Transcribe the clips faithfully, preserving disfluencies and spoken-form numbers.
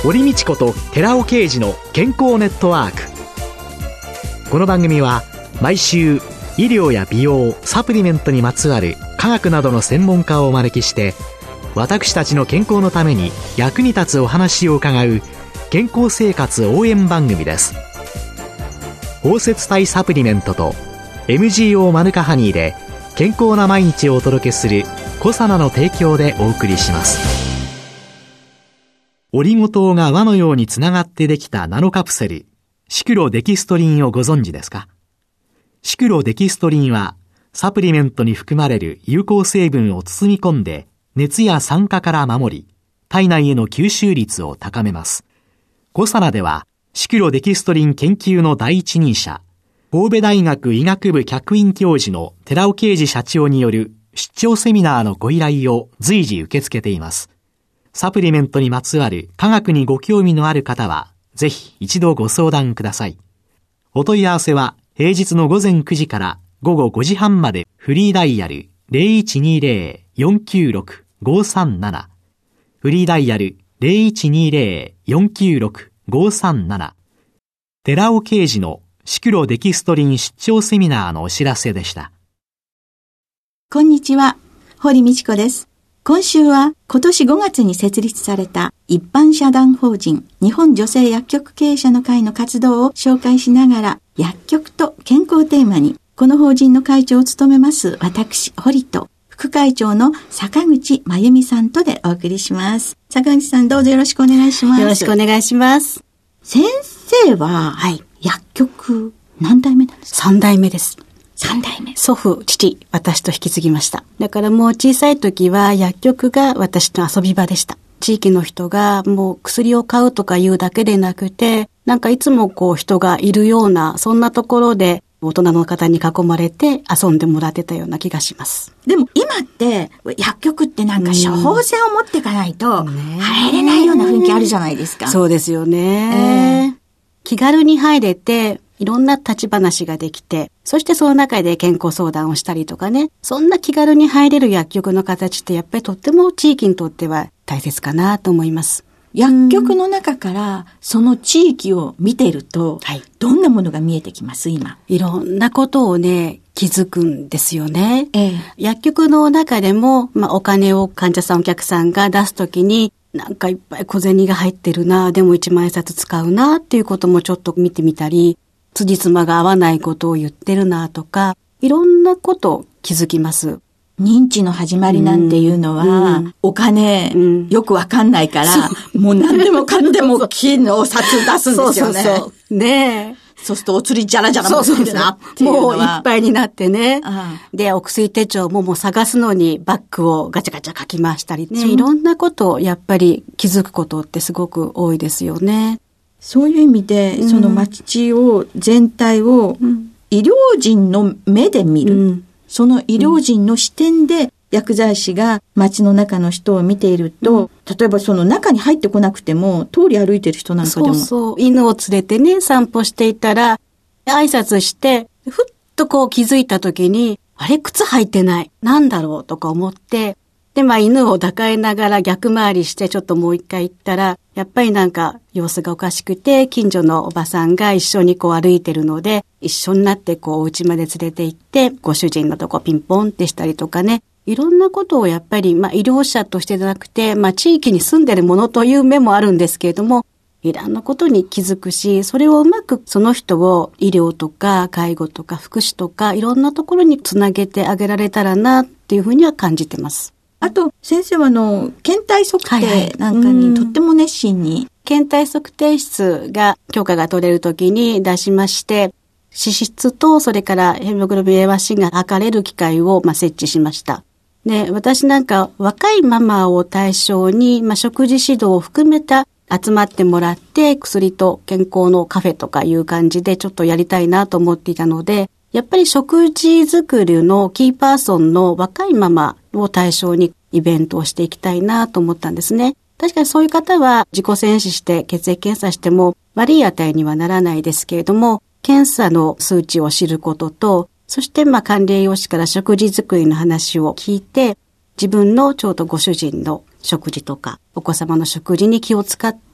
堀道子と寺尾啓二の健康ネットワーク。この番組は毎週医療や美容、サプリメントにまつわる科学などの専門家をお招きして、私たちの健康のために役に立つお話を伺う健康生活応援番組です。包摂体サプリメントと エムジーオー マヌカハニーで健康な毎日をお届けするコサナの提供でお送りします。オリゴ糖が輪のようにつながってできたナノカプセル、シクロデキストリンをご存知ですか？シクロデキストリンはサプリメントに含まれる有効成分を包み込んで熱や酸化から守り、体内への吸収率を高めます。コサナではシクロデキストリン研究の第一人者、神戸大学医学部客員教授の寺尾啓二社長による出張セミナーのご依頼を随時受け付けています。サプリメントにまつわる科学にご興味のある方は、ぜひ一度ご相談ください。お問い合わせは平日のごぜんくじからごごごじはんまでフリーダイヤル ゼロいちにゼロ よんきゅうろく ごさんなな、フリーダイヤル ゼロいちにゼロ よんきゅうろく ごさんなな、寺尾啓二のシクロデキストリン出張セミナーのお知らせでした。 こんにちは、堀道子です。今週は今年ごがつに設立された一般社団法人日本女性薬局経営者の会の活動を紹介しながら、薬局と健康をテーマにこの法人の会長を務めます私堀と副会長の坂口真由美さんとでお送りします。坂口さん、どうぞよろしくお願いします。 よろしくお願いします。 先生は、はい、薬局何代目なんですか？ さん代目です。 三代目。 祖父、父、私と引き継ぎました。だからもう小さい時は薬局が私の遊び場でした。地域の人がもう薬を買うとかいうだけでなくて、なんかいつもこう人がいるような、そんなところで大人の方に囲まれて遊んでもらってたような気がします。 でも今って薬局ってなんか処方箋を持っていかないと入れないような雰囲気あるじゃないですか。 そうですよね、えー。気軽に入れて、いろんな立ち話ができて、そしてその中で健康相談をしたりとかね、そんな気軽に入れる薬局の形ってやっぱりとっても地域にとっては大切かなと思います。 薬局の中からその地域を見ていると、はい、どんなものが見えてきます？今いろんなことをね気づくんですよね、 ええ、 薬局の中でも、まあ、お金を患者さんお客さんが出すときになんかいっぱい小銭が入ってるな、でも一万円札使うなっていうこともちょっと見てみたり、辻褄が合わないことを言ってるなとか、いろんなこと気づきます。 認知の始まりなんていうのは、うん、お金、うん、よくわかんないから、もう何でもかんでも金の札出すんですよね。 そうそうそう。ねえ。 そうするとお釣りじゃらじゃら持ってるなっていうのは。 もういっぱいになってね。 ああで、お薬手帳ももう探すのにバッグをガチャガチャ書き回したりね。いろんなことをやっぱり気づくことってすごく多いですよね。 そういう意味で、うん、その町を全体を医療人の目で見る。うん、その医療人の視点で薬剤師が町の中の人を見ていると、うん、例えばその中に入ってこなくても通り歩いてる人なんかでも。 そうそう。犬を連れてね、散歩していたら、挨拶して、ふっとこう気づいた時に、あれ靴履いてない。なんだろうとか思って、で、まあ犬を抱かえながら逆回りしてちょっともう一回行ったら、やっぱりなんか様子がおかしくて、近所のおばさんが一緒にこう歩いてるので、一緒になってこうお家まで連れて行って、ご主人のとこピンポンってしたりとかね、いろんなことをやっぱり、まあ医療者としてじゃなくて、まあ地域に住んでるものという目もあるんですけれども、いろんなことに気づくし、それをうまくその人を医療とか介護とか福祉とかいろんなところにつなげてあげられたらなっていうふうには感じてます。 あと先生はあの検体測定なんかにとっても熱心に、はいはい、 検体測定室が許可が取れるときに出しまして、脂質とそれからヘモグロビン エーワンシー が測れる機械をまあ設置しました。で、私なんか若いママを対象に、まあ、食事指導を含めた集まってもらって薬と健康のカフェとかいう感じでちょっとやりたいなと思っていたので、やっぱり食事作りのキーパーソンの若いママを対象にイベントをしていきたいなと思ったんですね。確かにそういう方は自己潜視して血液検査しても悪い値にはならないですけれども、検査の数値を知ることと、そしてまあ管理栄養士から食事作りの話を聞いて、自分のちょうどご主人の食事とかお子様の食事に気を使って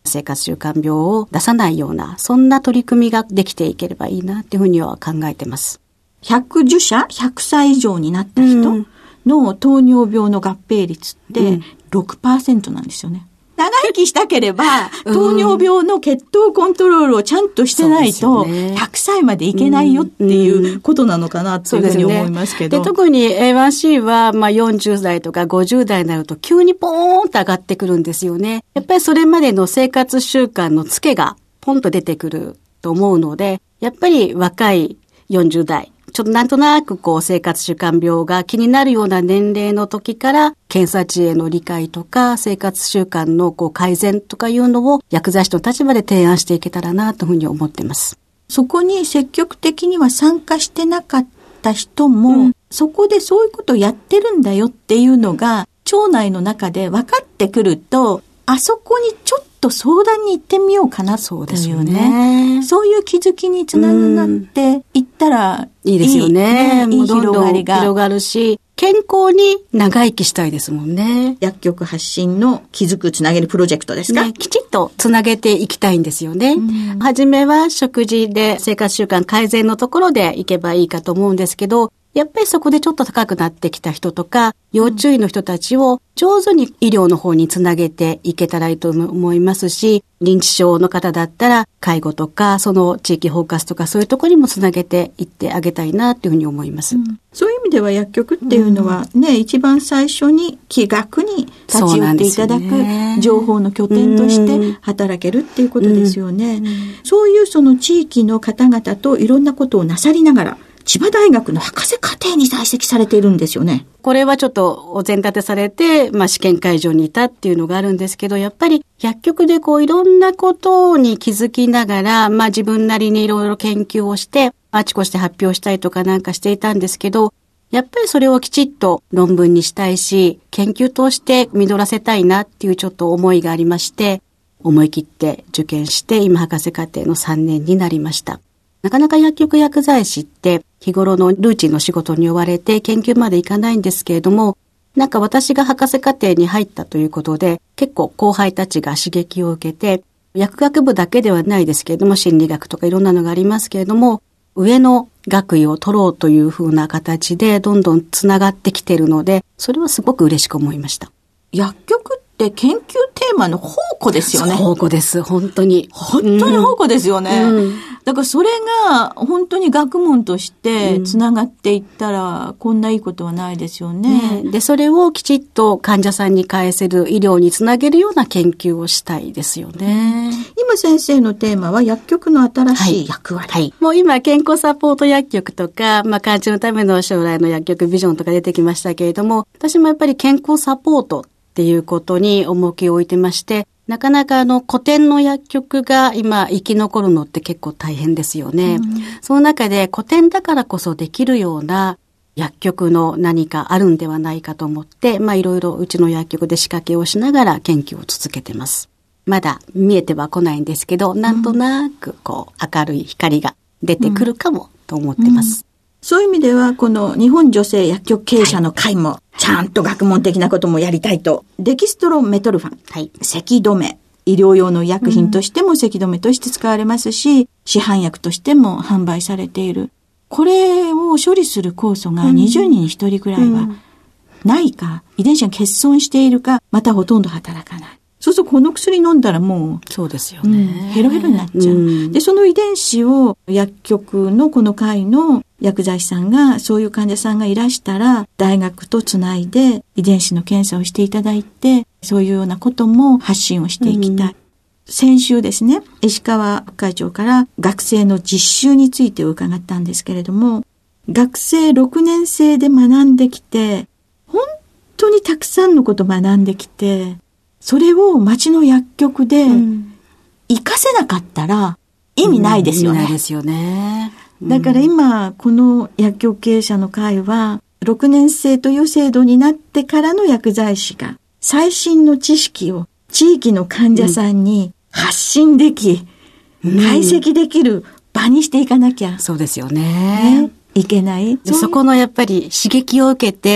生活習慣病を出さないような、そんな取り組みができていければいいなっていうふうには考えてます。 ひゃく受者、ひゃくさい以上になった人の糖尿病の合併率ってろくパーセントなんですよね。長生きしたければ、糖尿病の血糖コントロールをちゃんとしてないと、ひゃくさいまでいけないよっていうことなのかなというふうに思いますけど。 で、特に エーワンシー は、まあ、よんじゅうだいとかごじゅうだいになると急にポーンと上がってくるんですよね。やっぱりそれまでの生活習慣のツケがポンと出てくると思うので、やっぱり若いよんじゅうだい、ちょっとなんとなくこう生活習慣病が気になるような年齢の時から検査値への理解とか生活習慣のこう改善とかいうのを薬剤師の立場で提案していけたらなというふうに思ってます。 そこに積極的には参加してなかった人も、うん、そこでそういうことをやってるんだよっていうのが腸内の中で分かってくると、あそこにちょっと相談に行ってみようかなというね。そうですよね。そういう気づきにつながっていったらいいですよね。 いい広がりが広がるし、健康に長生きしたいですもんね。 薬局発信の気づくつなげるプロジェクトですか、 ね、きちっとつなげていきたいんですよね。はじめは食事で生活習慣改善のところでいけばいいかと思うんですけど、やっぱりそこでちょっと高くなってきた人とか、要注意の人たちを上手に医療の方につなげていけたらいいと思いますし、認知症の方だったら介護とか、その地域包括とかそういうところにもつなげていってあげたいなというふうに思います。うん、 そういう意味では薬局っていうのはね、うん、一番最初に気楽に立ち寄っていただく情報の拠点として働けるっていうことですよね。うんうん、そういうその地域の方々といろんなことをなさりながら、千葉大学の博士課程に在籍されているんですよね。 これはちょっとお膳立てされて、まあ試験会場にいたっていうのがあるんですけど、やっぱり薬局でこういろんなことに気づきながら、まあ自分なりにいろいろ研究をして、あちこちで発表したりとかなんかしていたんですけど、やっぱりそれをきちっと論文にしたいし、研究として実らせたいなっていうちょっと思いがありまして、思い切って受験して今博士課程のさんねんになりました。なかなか薬局薬剤師って日頃のルーチンの仕事に追われて研究までいかないんですけれども、なんか私が博士課程に入ったということで結構後輩たちが刺激を受けて、薬学部だけではないですけれども心理学とかいろんなのがありますけれども、上の学位を取ろうというふうな形でどんどんつながってきているので、それはすごく嬉しく思いました。 薬局って研究テーマの宝庫ですよね。 宝庫です。本当に。 本当に宝庫ですよね。うん、だからそれが本当に学問としてつながっていったら、うん、こんないいことはないですよね。 ね。で、それをきちっと患者さんに返せる医療につなげるような研究をしたいですよね。 今先生のテーマは薬局の新しい役割。 はい。はい、もう今健康サポート薬局とか、まあ患者のための将来の薬局ビジョンとか出てきましたけれども、私もやっぱり健康サポートっていうことに重きを置いてまして、なかなかあの古典の薬局が今生き残るのって結構大変ですよね。うん、その中で古典だからこそできるような薬局の何かあるんではないかと思って、まあいろいろうちの薬局で仕掛けをしながら研究を続けてます。まだ見えてはこないんですけど、なんとなくこう明るい光が出てくるかもと思ってます。うんうん、 そういう意味ではこの日本女性薬局経営者の会も、はい、ちゃんと学問的なこともやりたいと。デキストロメトルファン、はい、咳止め、医療用の医薬品としても咳止めとして使われますし、うん、市販薬としても販売されている。これを処理する酵素がにじゅうにんにひとりぐらいはないか、うん、遺伝子が欠損しているか、またほとんど働かない。そうするとこの薬飲んだらもう、 そうですよね、うん、 ヘロヘロになっちゃう、うん、でその遺伝子を薬局のこの会の薬剤師さんが、そういう患者さんがいらしたら大学とつないで遺伝子の検査をしていただいて、そういうようなことも発信をしていきたい、うん、先週ですね、石川副会長から学生の実習について伺ったんですけれども、学生ろくねん生で学んできて、本当にたくさんのこと学んできて、それを町の薬局で活かせなかったら意味ないですよね。 うん、意味ないですよね。 うん、だから今この薬局経営者の会はろくねん生という制度になってからの薬剤師が最新の知識を地域の患者さんに発信でき、うん、解析できる場にしていかなきゃ、 そうですよね。 ね、いけない。 そこのやっぱり刺激を受けて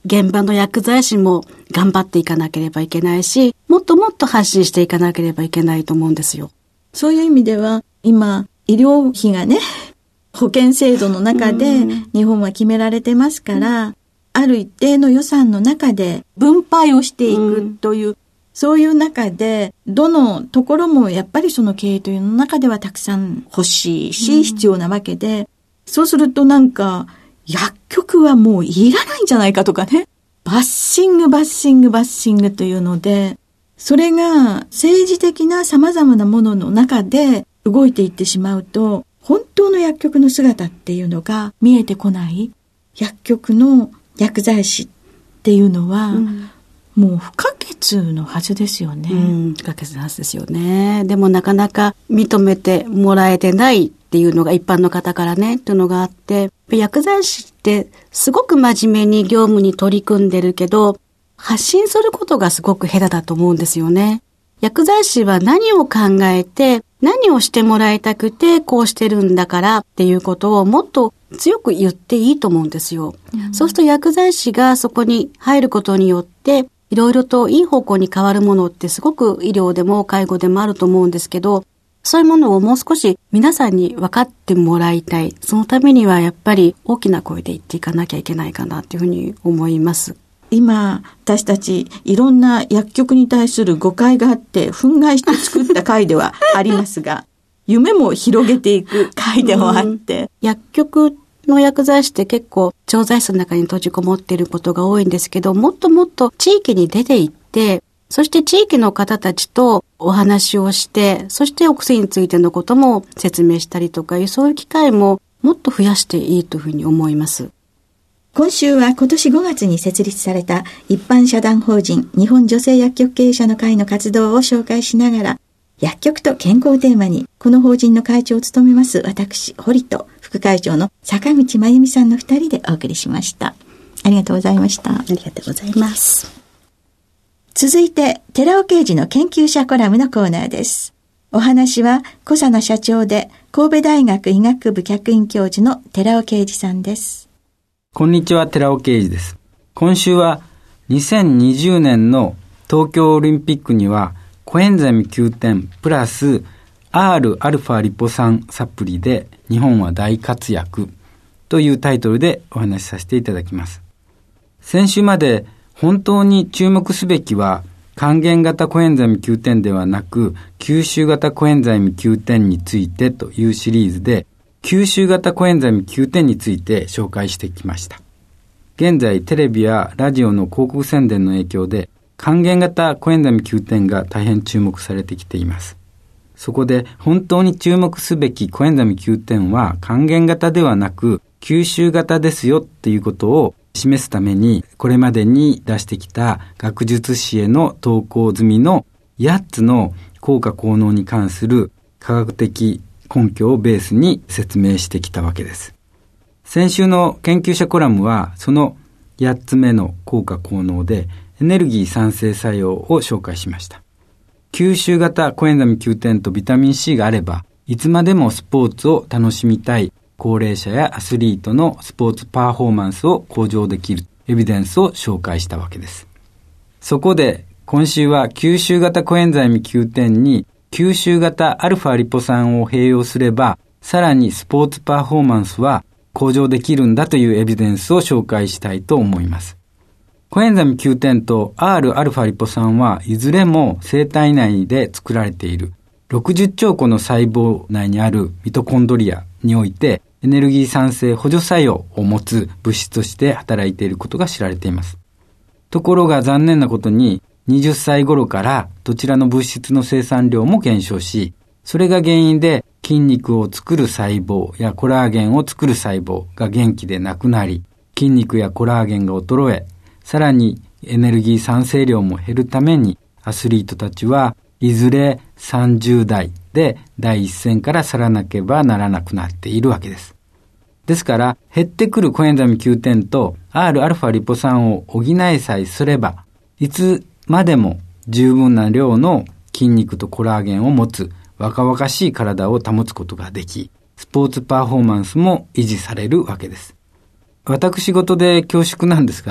現場の薬剤師も頑張っていかなければいけないし、もっともっと発信していかなければいけないと思うんですよ。 そういう意味では、今、医療費がね、保険制度の中で日本は決められてますから、うん、ある一定の予算の中で分配をしていくという、うん、そういう中で、どのところもやっぱりその経営というの中ではたくさん欲しいし、うん、必要なわけで、そうするとなんか、薬局はもういらないんじゃないかとかね。バッシング、バッシング、バッシングというので、それが政治的な様々なものの中で動いていってしまうと、本当の薬局の姿っていうのが見えてこない。薬局の薬剤師っていうのは、うん、もう不可欠のはずですよね。 うん、不可欠なはずですよね。でもなかなか認めてもらえてないっていうのが一般の方からね、っていうのがあって、薬剤師ってすごく真面目に業務に取り組んでるけど、発信することがすごく下手だと思うんですよね。薬剤師は何を考えて、何をしてもらいたくて、こうしてるんだからっていうことをもっと強く言っていいと思うんですよ。うん、そうすると薬剤師がそこに入ることによって、いろいろといい方向に変わるものってすごく医療でも介護でもあると思うんですけど、そういうものをもう少し皆さんに分かってもらいたい。そのためにはやっぱり大きな声で言っていかなきゃいけないかなというふうに思います。 今、私たちいろんな薬局に対する誤解があって憤慨して作った会ではありますが、夢も広げていく会でもあって、うん、 薬局の薬剤師って結構調剤室の中に閉じこもっていることが多いんですけど、もっともっと地域に出て行って、そして地域の方たちとお話をして、そしてお薬についてのことも説明したりとかいう、そういう機会ももっと増やしていいというふうに思います。 今週は今年ごがつに設立された一般社団法人日本女性薬局経営者の会の活動を紹介しながら、薬局と健康をテーマにこの法人の会長を務めます私堀と副会長の坂口真由美さんの二人でお送りしました。ありがとうございました。 ありがとうございます。 続いて寺尾啓二の研究者コラムのコーナーです。お話は小佐奈社長で神戸大学医学部客員教授の寺尾啓二さんです。 こんにちは、寺尾啓二です。今週はにせんにじゅうねんの東京オリンピックにはコエンザイムきゅうてんプラス Rα リポ酸サプリで日本は大活躍というタイトルでお話しさせていただきます。先週まで本当に注目すべきは還元型コエンザイムきゅうてんではなく吸収型コエンザイムきゅうてんについてというシリーズで吸収型コエンザイムきゅうてんについて紹介してきました。現在テレビやラジオの広告宣伝の影響で還元型コエンザイムきゅうてんが大変注目されてきています。そこで本当に注目すべきコエンザイムきゅうてんは還元型ではなく吸収型ですよっていうことを示すためにこれまでに出してきた学術誌への投稿済みのやっつの効果効能に関する科学的根拠をベースに説明してきたわけです。先週の研究者コラムはそのやっつめの効果効能でエネルギー産生作用を紹介しました。吸収型コエンザイムきゅうてんとビタミン C があればいつまでもスポーツを楽しみたい高齢者やアスリートのスポーツパフォーマンスを向上できるエビデンスを紹介したわけです。そこで今週は吸収型コエンザイムきゅうてんに吸収型アルファリポ酸を併用すればさらにスポーツパフォーマンスは向上できるんだというエビデンスを紹介したいと思います。コエンザイムきゅうてんと Rα リポ酸はいずれも生体内で作られているろくじゅっちょうこの細胞内にあるミトコンドリアにおいてエネルギー産生補助作用を持つ物質として働いていることが知られています。ところが残念なことにはたち頃からどちらの物質の生産量も減少し、それが原因で筋肉を作る細胞やコラーゲンを作る細胞が元気でなくなり、筋肉やコラーゲンが衰え、さらにエネルギー産生量も減るためにアスリートたちはいずれさんじゅうだいで第一線から去らなければならなくなっているわけです。ですから減ってくるコエンザイムきゅうてんと Rα リポ酸を補いさえすればいつまでも十分な量の筋肉とコラーゲンを持つ若々しい体を保つことができ、スポーツパフォーマンスも維持されるわけです。私事で恐縮なんですが、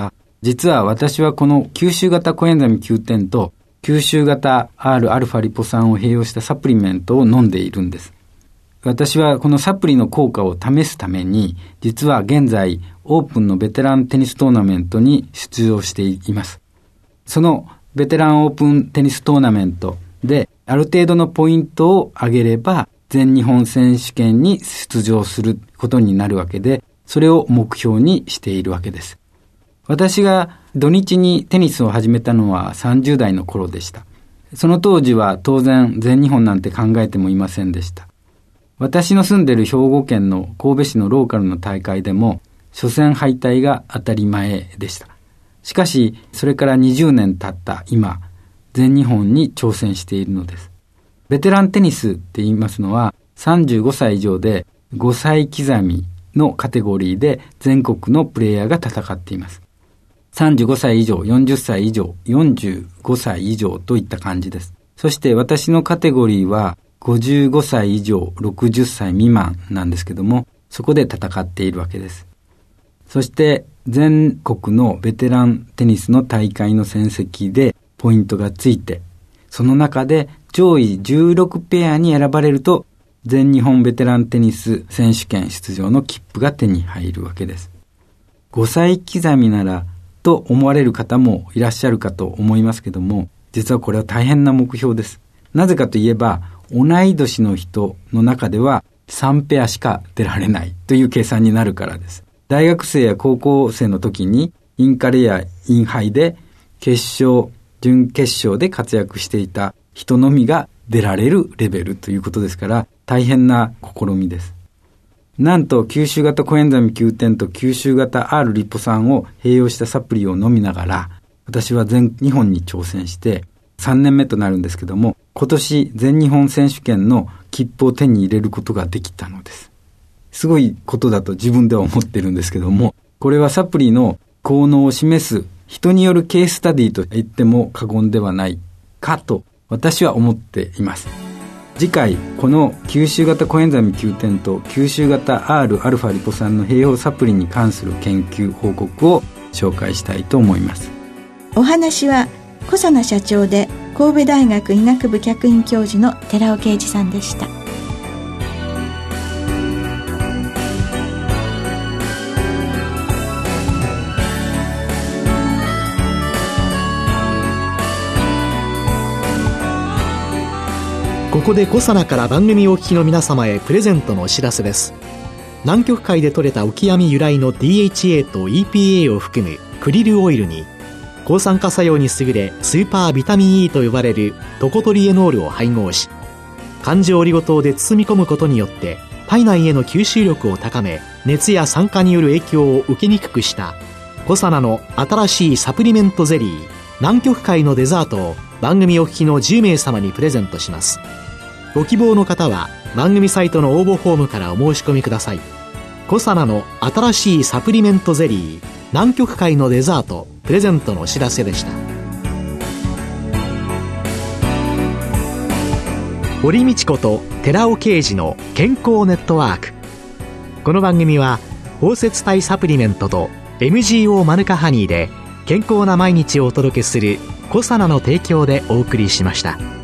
実は私はこの吸収型コエンザイム キューテン と吸収型 Rα リポ酸を併用したサプリメントを飲んでいるんです。私はこのサプリの効果を試すために、実は現在オープンのベテランテニストーナメントに出場しています。そのベテランオープンテニストーナメントである程度のポイントを上げれば全日本選手権に出場することになるわけで、それを目標にしているわけです。私が土日にテニスを始めたのはさんじゅう代の頃でした。その当時は当然全日本なんて考えてもいませんでした。私の住んでいる兵庫県の神戸市のローカルの大会でも初戦敗退が当たり前でした。しかしそれからにじゅうねん経った今、全日本に挑戦しているのです。ベテランテニスって言いますのはさんじゅうごさい以上でごさい刻みのカテゴリーで全国のプレイヤーが戦っています。さんじゅうごさい以上、よんじゅっさい以上、よんじゅうごさい以上といった感じです。そして私のカテゴリーはごじゅうごさい以上、ろくじゅっさい未満なんですけども、そこで戦っているわけです。そして全国のベテランテニスの大会の戦績でポイントがついて、その中で上位じゅうろくペアに選ばれると全日本ベテランテニス選手権出場の切符が手に入るわけです。ごさい刻みならと思われる方もいらっしゃるかと思いますけども、実はこれは大変な目標です。なぜかといえば、同い年の人の中ではさんペアしか出られないという計算になるからです。大学生や高校生の時にインカレやインハイで決勝、準決勝で活躍していた人のみが出られるレベルということですから、大変な試みです。なんと吸収型コエンザイム キューテン と吸収型 R リポ酸を併用したサプリを飲みながら、私は全日本に挑戦してさんねんめとなるんですけども、今年全日本選手権の切符を手に入れることができたのです。すごいことだと自分では思ってるんですけども、これはサプリの効能を示す人によるケーススタディと言っても過言ではないかと私は思っています。次回この吸収型コエンザイム キューテン と吸収型 Rα リポ酸の併用サプリに関する研究報告を紹介したいと思います。 お話は小佐奈社長で神戸大学医学部客員教授の寺尾啓二さんでした。 ここでコサナから番組をお聞きの皆様へプレゼントのお知らせです。南極海で採れたオキアミ由来の ディーエイチエー と イーピーエー を含むクリルオイルに抗酸化作用に優れスーパービタミン E と呼ばれるトコトリエノールを配合し、環状オリゴ糖で包み込むことによって体内への吸収力を高め、熱や酸化による影響を受けにくくしたコサナの新しいサプリメントゼリー南極海のデザートを番組お聞きのじゅうめい様にプレゼントします。ご希望の方は番組サイトの応募フォームからお申し込みください。コサナの新しいサプリメントゼリー南極海のデザートプレゼントのお知らせでした。堀道子と寺尾啓二の健康ネットワーク。この番組は包摂体サプリメントと エムジーオー マヌカハニーで健康な毎日をお届けするコサナの提供でお送りしました。